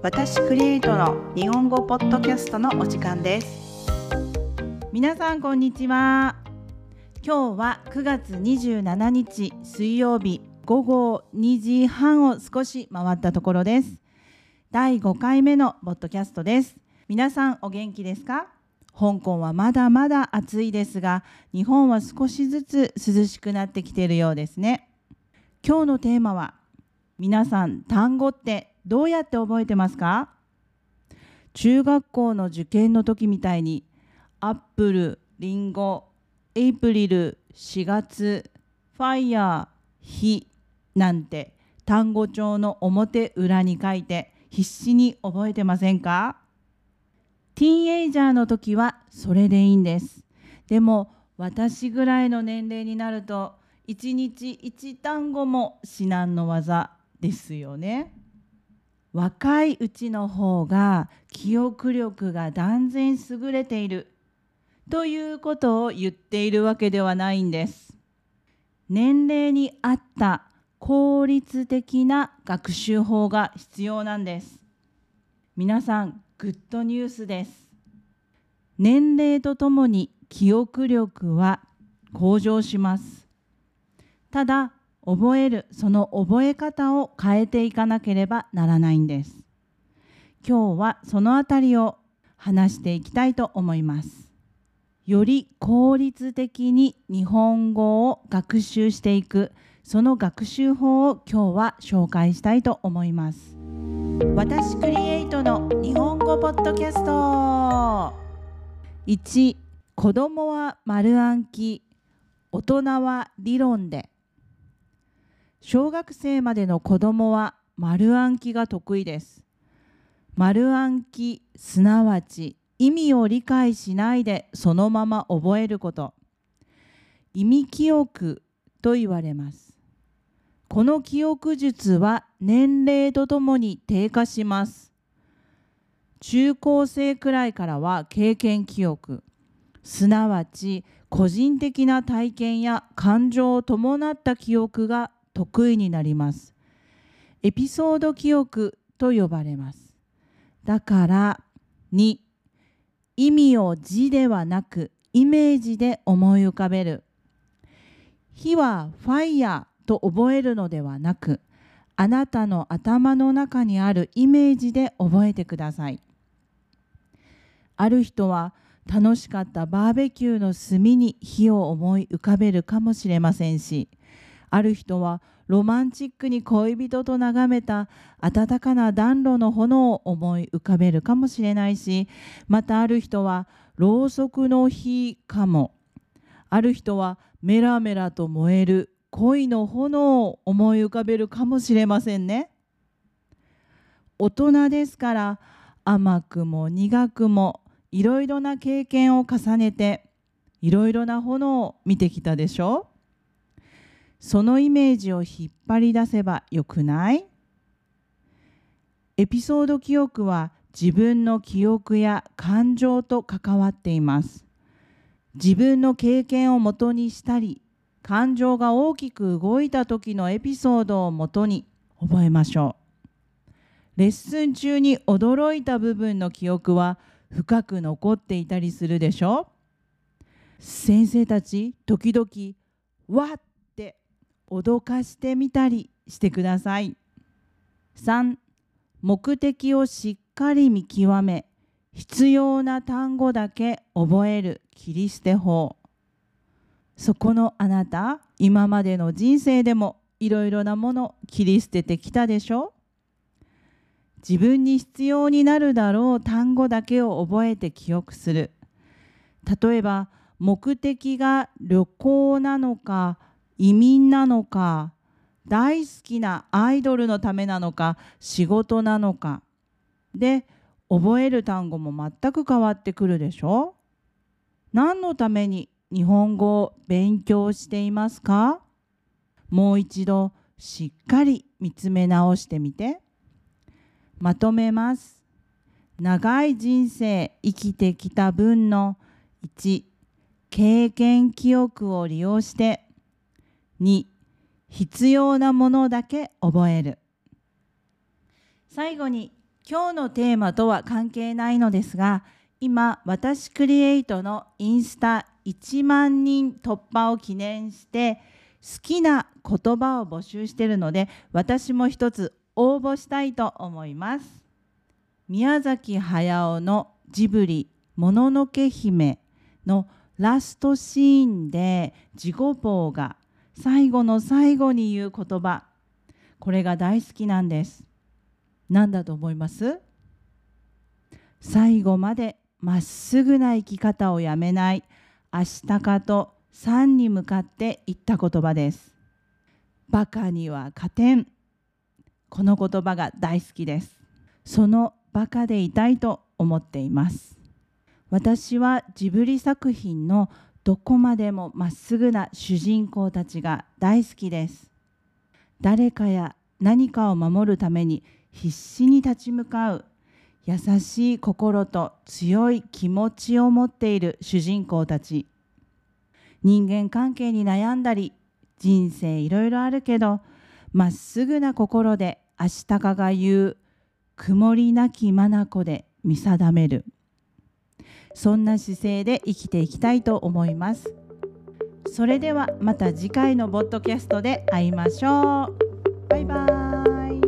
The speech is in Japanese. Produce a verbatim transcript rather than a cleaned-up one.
私クリエイトの日本語ポッドキャストのお時間です。 皆さんこんにちは。今日はくがつにじゅうしちにち水曜日ごごにじはんを少し回ったところです。だいごかいめのポッドキャストです。皆さんお元気ですか？香港はまだまだ暑いですが、日本は少しずつ涼しくなってきているようですね。今日のテーマは、皆さん単語ってどうやって覚えてますか？中学校の受験の時みたいにアップル、リンゴ、エイプリル、しがつ、ファイヤー、日なんて単語帳の表裏に書いて必死に覚えてませんか？ティーンエイジャーの時はそれでいいんです。でも私ぐらいの年齢になるといちにちいち単語も至難の業ですよね。若いうちの方が記憶力が断然優れているということを言っているわけではないんです。年齢に合った効率的な学習法が必要なんです。皆さん、グッドニュースです。年齢とともに記憶力は向上します。ただ、覚えるその覚え方を変えていかなければならないんです。今日はそのあたりを話していきたいと思います。より効率的に日本語を学習していく、その学習法を今日は紹介したいと思います。私クリエイトの日本語ポッドキャスト。いち、子供は丸暗記、大人は理論で。小学生までの子供は丸暗記が得意です。丸暗記、すなわち意味を理解しないでそのまま覚えること。意味記憶と言われます。この記憶術は年齢とともに低下します。中高生くらいからは経験記憶、すなわち個人的な体験や感情を伴った記憶が得意になります。エピソード記憶と呼ばれます。だからに、意味を字ではなくイメージで思い浮かべる。火はファイヤーと覚えるのではなく、あなたの頭の中にあるイメージで覚えてください。ある人は楽しかったバーベキューの炭に火を思い浮かべるかもしれませんし、ある人はロマンチックに恋人と眺めた温かな暖炉の炎を思い浮かべるかもしれないし、またある人はろうそくの火かも。ある人はメラメラと燃える恋の炎を思い浮かべるかもしれませんね。大人ですから甘くも苦くもいろいろな経験を重ねていろいろな炎を見てきたでしょう。そのイメージを引っ張り出せばよくない？エピソード記憶は自分の記憶や感情と関わっています。自分の経験をもとにしたり、感情が大きく動いた時のエピソードをもとに覚えましょう。レッスン中に驚いた部分の記憶は深く残っていたりするでしょう。先生たち、時々わっ脅かしてみたりしてください。さん、目的をしっかり見極め、必要な単語だけ覚える切り捨て法。そこのあなた、今までの人生でもいろいろなもの切り捨ててきたでしょ？自分に必要になるだろう単語だけを覚えて記憶する。例えば、目的が旅行なのか、移民なのか、大好きなアイドルのためなのか、仕事なのかで覚える単語も全く変わってくるでしょ？何のために日本語を勉強していますか？もう一度しっかり見つめ直してみて。まとめます。長い人生生きてきた分のいち、経験記憶を利用してに、必要なものだけ覚える。最後に今日のテーマとは関係ないのですが、今私クリエイトのインスタいちまんにん突破を記念して好きな言葉を募集しているので、私も一つ応募したいと思います。宮崎駿のジブリもののけ姫のラストシーンでジゴボウが最後の最後に言う言葉、これが大好きなんです。何だと思います？最後までまっすぐな生き方をやめないアシタカとさんに向かって言った言葉です。バカには勝てん。この言葉が大好きです。そのバカでいたいと思っています。私はジブリ作品のどこまでもまっすぐな主人公たちが大好きです。誰かや何かを守るために必死に立ち向かう優しい心と強い気持ちを持っている主人公たち。人間関係に悩んだり、人生いろいろあるけど、まっすぐな心でアシタカが言う曇りなき眼で見定める。そんな姿勢で生きていきたいと思います。それではまた次回のポッドキャストで会いましょう。バイバーイ。